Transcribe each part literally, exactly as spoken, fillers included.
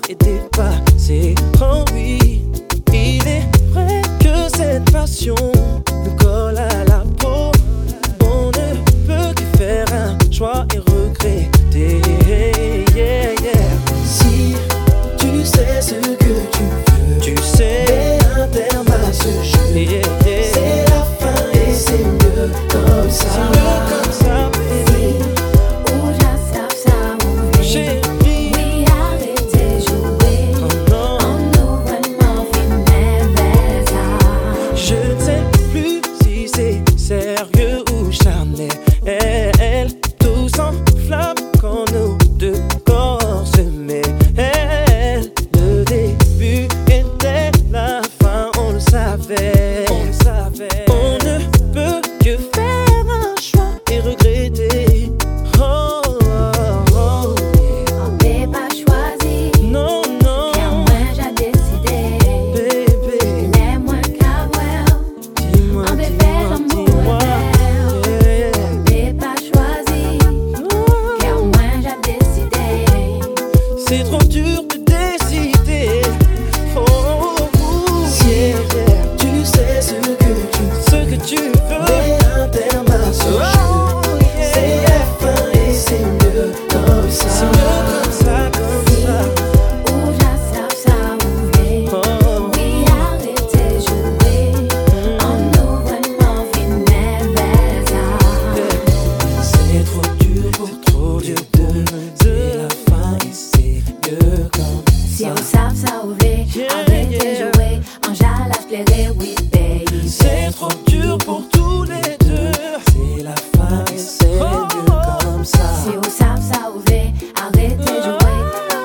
et dépassé. Oh oui, il est vrai que cette passion nous colle à la peau. On ne peut que faire un choix et regretter. Yeah, yeah. Si tu sais ce que tu veux, tu sais, mets un terme à ce jeu. Yeah, yeah. C'est la fin et c'est mieux comme ça. C'est mieux comme ça, baby. Ou já sabe, sabe ouvir. Chérie, oui, arrêtez jouer. oh non, En nouveau film est ça. je ne sais plus si c'est sérieux ou charnel. Tout s'enflamme quand nos deux corps se mêlent. Le début était la fin, on le savait. On le savait. On ne peut que faire un choix et regretter. Oh, oh, oh, yeah. On peut pas choisir. Non, non, Car moi j'ai décidé. baby. Les moins qu'à voir. Dis-moi, On peut faire dis-moi, amour dis-moi. et Yeah. on peut pas choisir. Car moi j'ai décidé. C'est trop dur de décider. Oh, oh, oh, yeah, yeah. Tu sais ce que tu ce que tu veux. Mets un terme à ce jeu. Oh, yeah. C'est la fin et c'est mieux comme ça. C'est mieux comme ça, comme ça. Ou já sabe, sabe ouvir. Oh, oui, arrêtez jouer. En nouveau film est ça. c'est trop dur pour trop dur pour me dire la fin et c'est mieux comme Si ça. vous savez ça ouvrir, Yeah, arrêtez yeah. jouer. En jala plairait, oui, baby. C'est trop dur pour tous les deux. C'est la fin et c'est mieux comme ça. Si vous savez ça ouvrir, arrêtez jouer.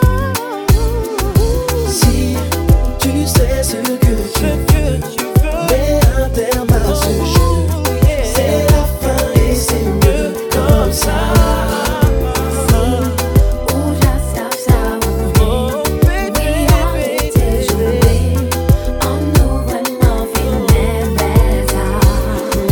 Si tu sais ce que tu veux, mets un terme à ce jeu. C'est la fin et c'est mieux comme ça. Ou já sabe, sabe ouvir. Oh, baby, Oui, arrêtez jouer. En nouveau film est ça.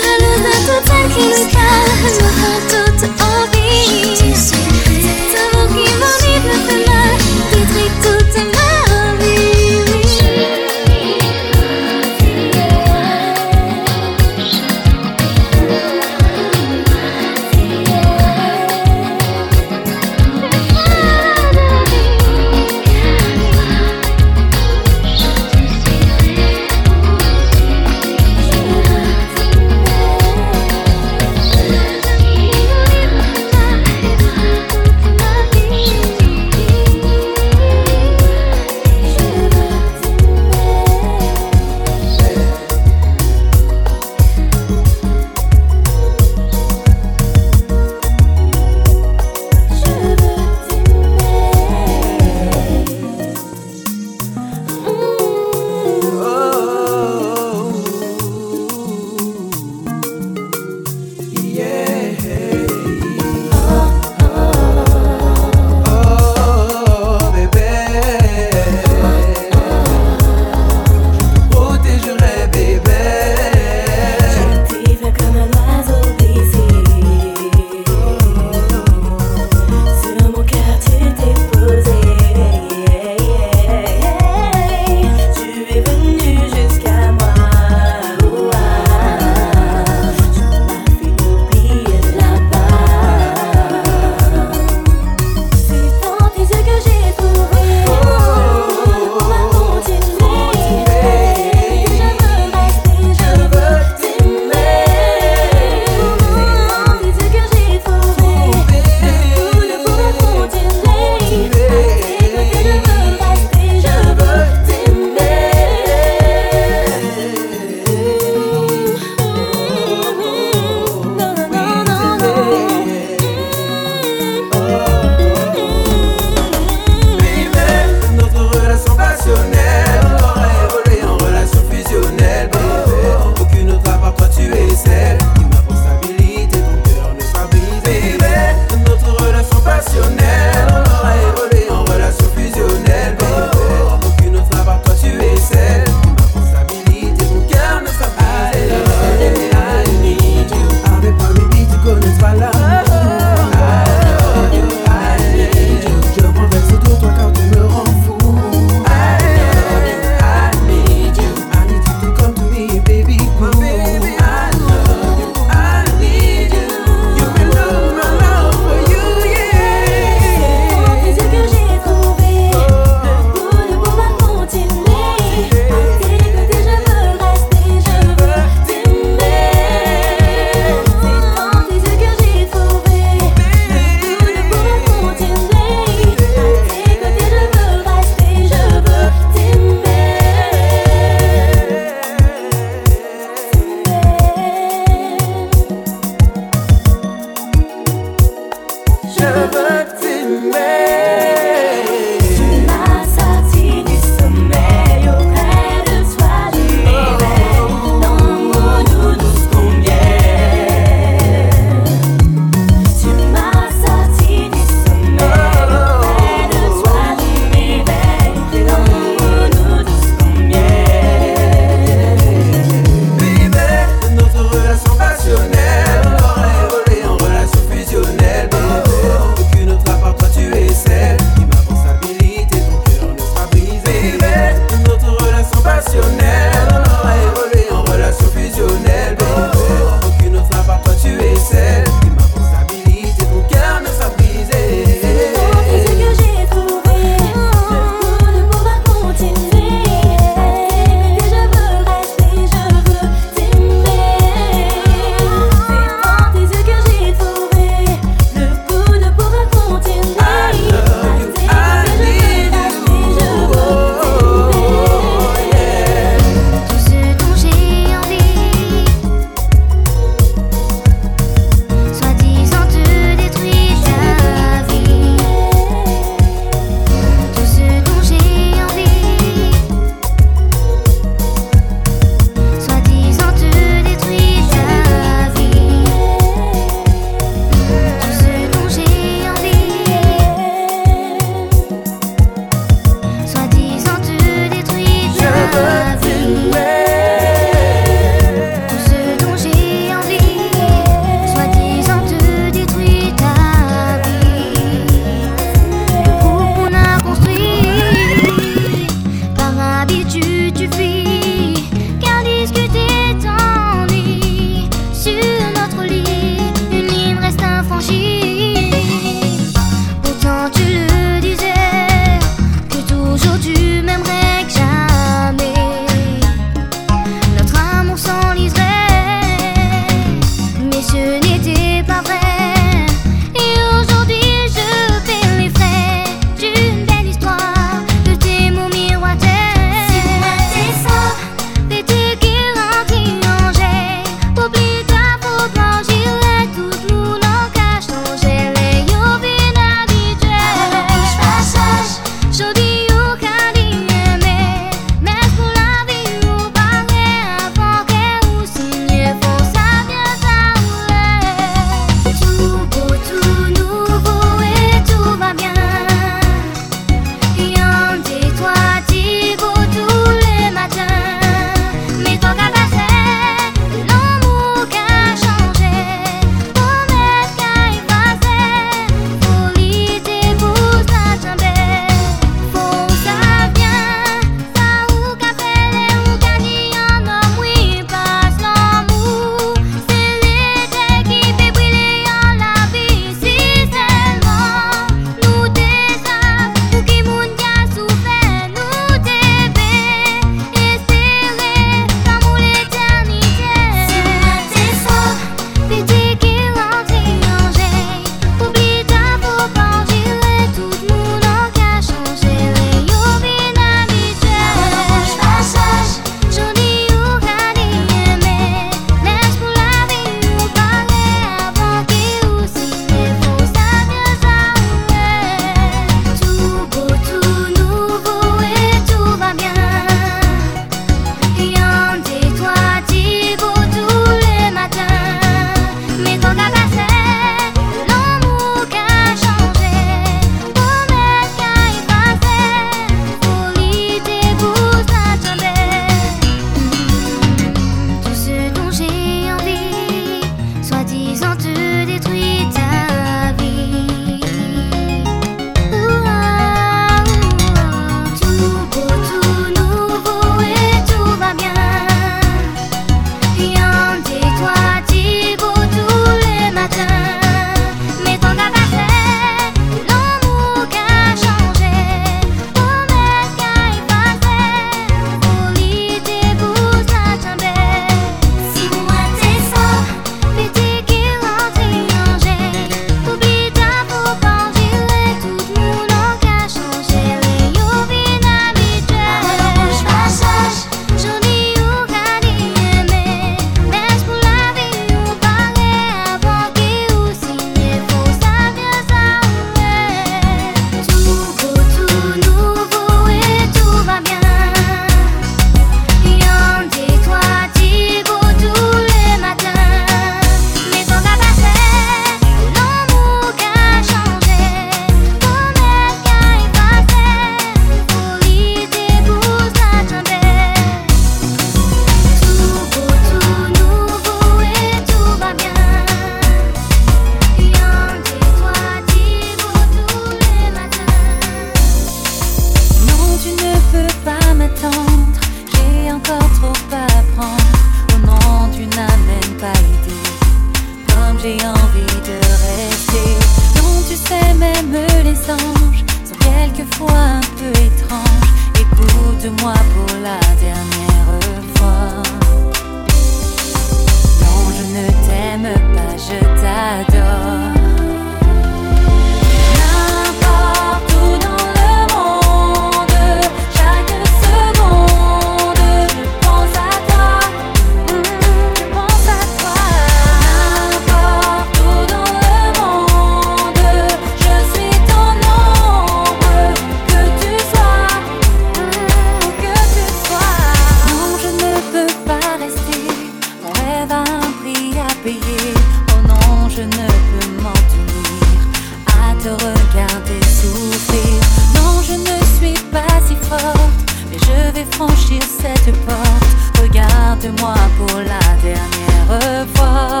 payer. Oh non, je ne peux m'en tenir à te regarder souffrir. Non, je ne suis pas si forte, mais je vais franchir cette porte. Regarde-moi pour la dernière fois.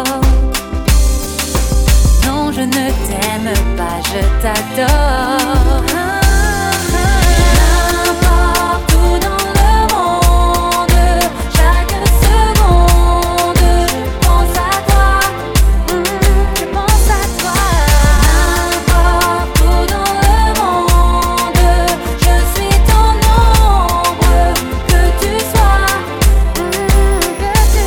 Non, je ne t'aime pas, je t'adore. N'importe où dans le monde, chaque seconde, je pense à toi, je pense à toi. N'importe où dans le monde, je suis ton ombre, que tu sois, que tu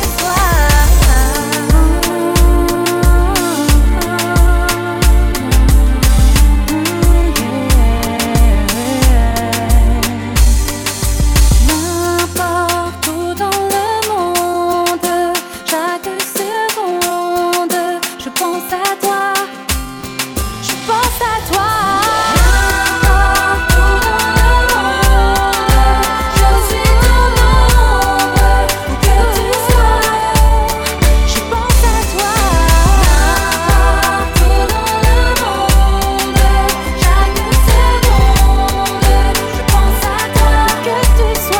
N'importe où dans le monde, chaque seconde, je pense à toi, je pense à toi. N'importe où dans le monde, je suis ton ombre, où que tu sois, je pense à toi. N'importe où dans le monde, chaque seconde, je pense à toi, que tu sois.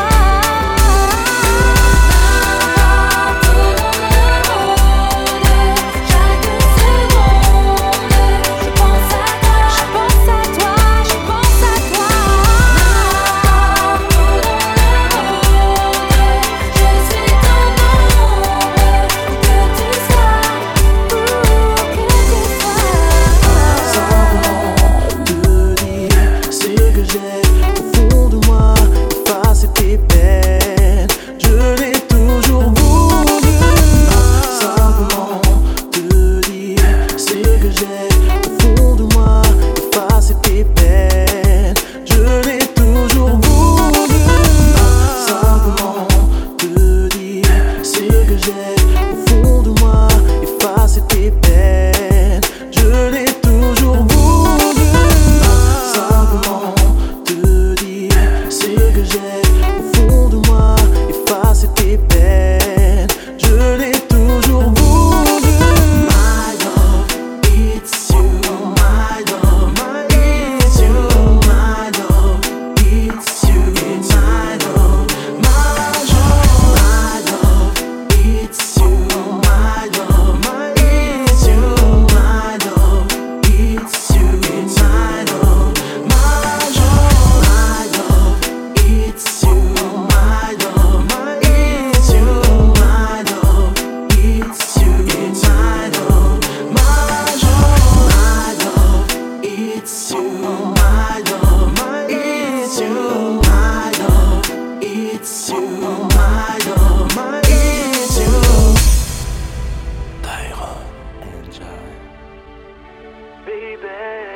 N'importe où dans le monde, chaque seconde, je pense à toi, je pense à toi, je pense à toi. N'importe où dans le monde, je suis ton ombre, où que tu sois, où que tu sois. Simplement te dire ce que j'ai au fond de moi, effacer tes peines, je l'ai toujours voulu. Simplement te dire ce que j'ai au fond de moi, effacer tes peines, je l'ai toujours voulu. Simplement te dire ce que j'ai au fond de moi, effacer tes peines, je l'ai toujours voulu. Simplement te dire ce que j'ai au fond de moi, effacer tes peines, je l'ai toujours voulu. My love, it's you. My love, it's you. My love, it's you. My love, my joy. My love, it's you. My love, it's you. My love, it's you. My love, my joy. My love, it's you. My love, it's you. My love, it's you. My love, my joy. My love, it's you. My love, it's you. My love, it's you. My love, it's you. Tyra and Jai. Baby.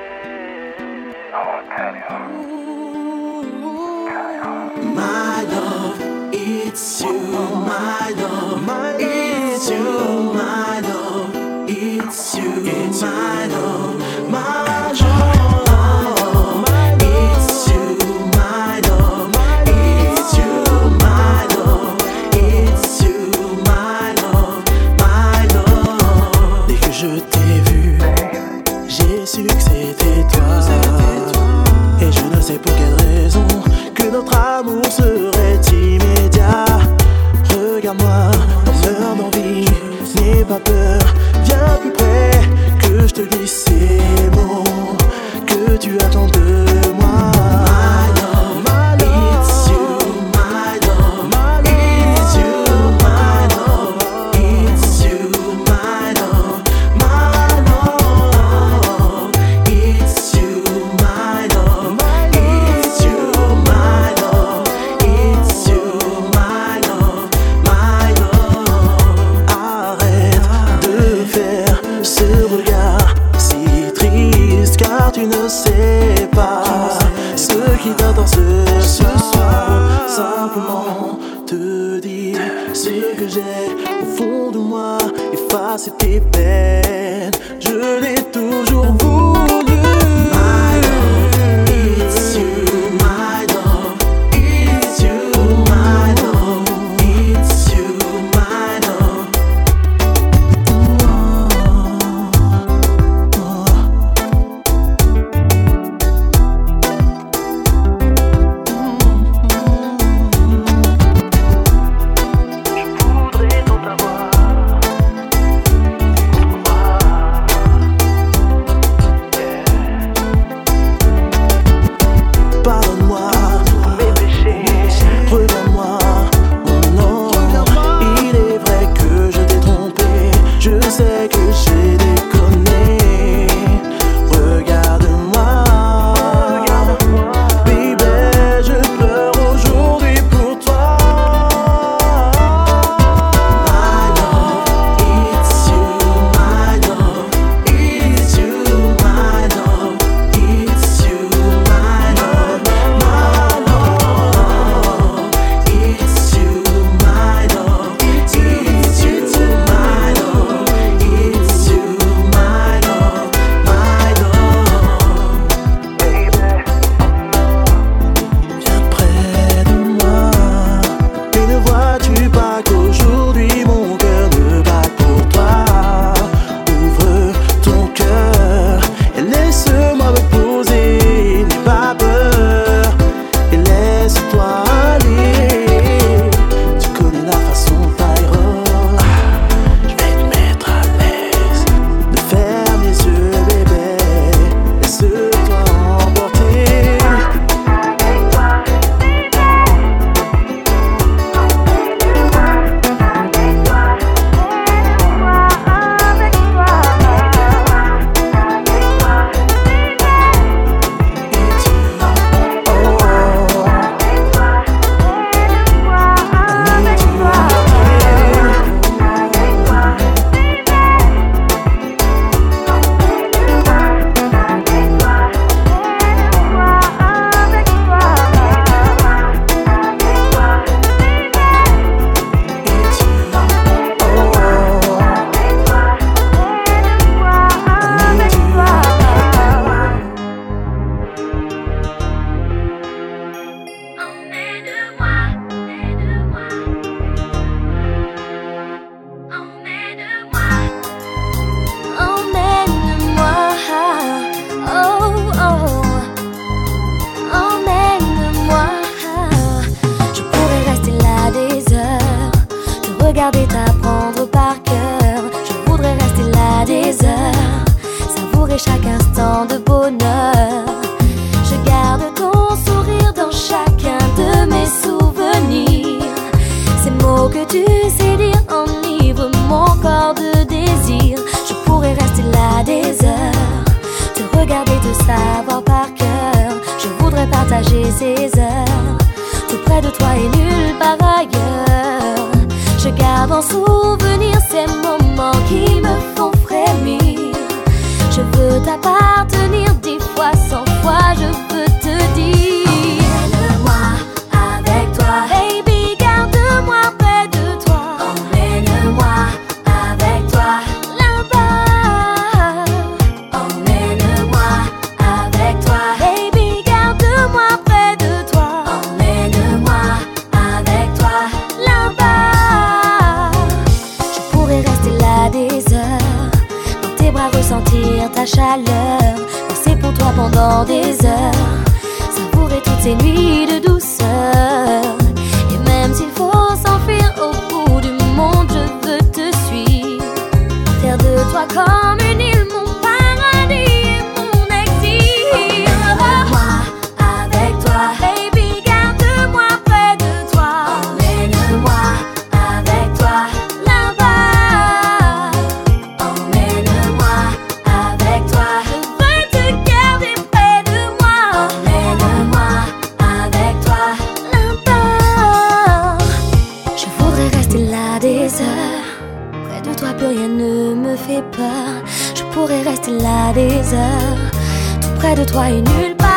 My love, it's you. My love, it's you. My love, it's you. My love, my joy. It's you. My love, it's you. My love, it's you. My love, my love. Dès que je t'ai vu, j'ai su que c'était toi. Et je ne sais pour quelle raison que notre amour serait immédiat. Regarde-moi, on meurt d'envie, n'aie pas peur, viens plus près, que je te dise ces mots que tu attends de moi. My love, my love, it's you. My love, my love, it's you. My love, it's you. My love, my love, it's you. My love, it's you. My love, it's you. My love, my love. Arrête de faire ce regard si triste, car tu ne sais pas ce qui t'attend ce soir. Simplement te dire ce que j'ai au fond de moi, effacer tes peines, je l'ai toujours voulu. My love, it's you. My love, it's you. My love, it's you. My love. apprendre par cœur. Je voudrais rester là des heures, savourer chaque instant de bonheur. Je garde ton sourire dans chacun de mes souvenirs. Ces mots que tu sais dire enivrent mon corps de désir. Je pourrais rester là des heures, te regarder, te savoir par cœur. Je voudrais partager ces heures, tout près de toi et nulle part ailleurs. Je garde en souvenir ces moments qui me font frémir. Je veux t'appartenir dix fois, cent fois, je veux te dire. Emmène-moi avec toi, baby, garde-moi près de toi. Emmène-moi avec toi là-bas. Emmène-moi avec toi, baby, garde-moi près de toi. Emmène-moi avec toi là-bas. Je pourrais rester là des heures, dans tes bras ressentir ta chaleur, danser pour toi pendant des heures, savourer toutes ces nuits de douceur. Et même s'il faut s'enfuir au bout du monde, je veux te suivre, faire de toi comme une île, mon paradis et mon exil. Emmène-moi avec toi, baby, garde-moi près de toi. Emmène-moi avec toi là-bas. Emmène-moi avec toi, je veux te garder près de moi. Emmène-moi avec toi là-bas. Je voudrais rester là des heures, près de toi plus rien ne me fait peur. Je pourrais rester là des heures, tout près de toi et nulle part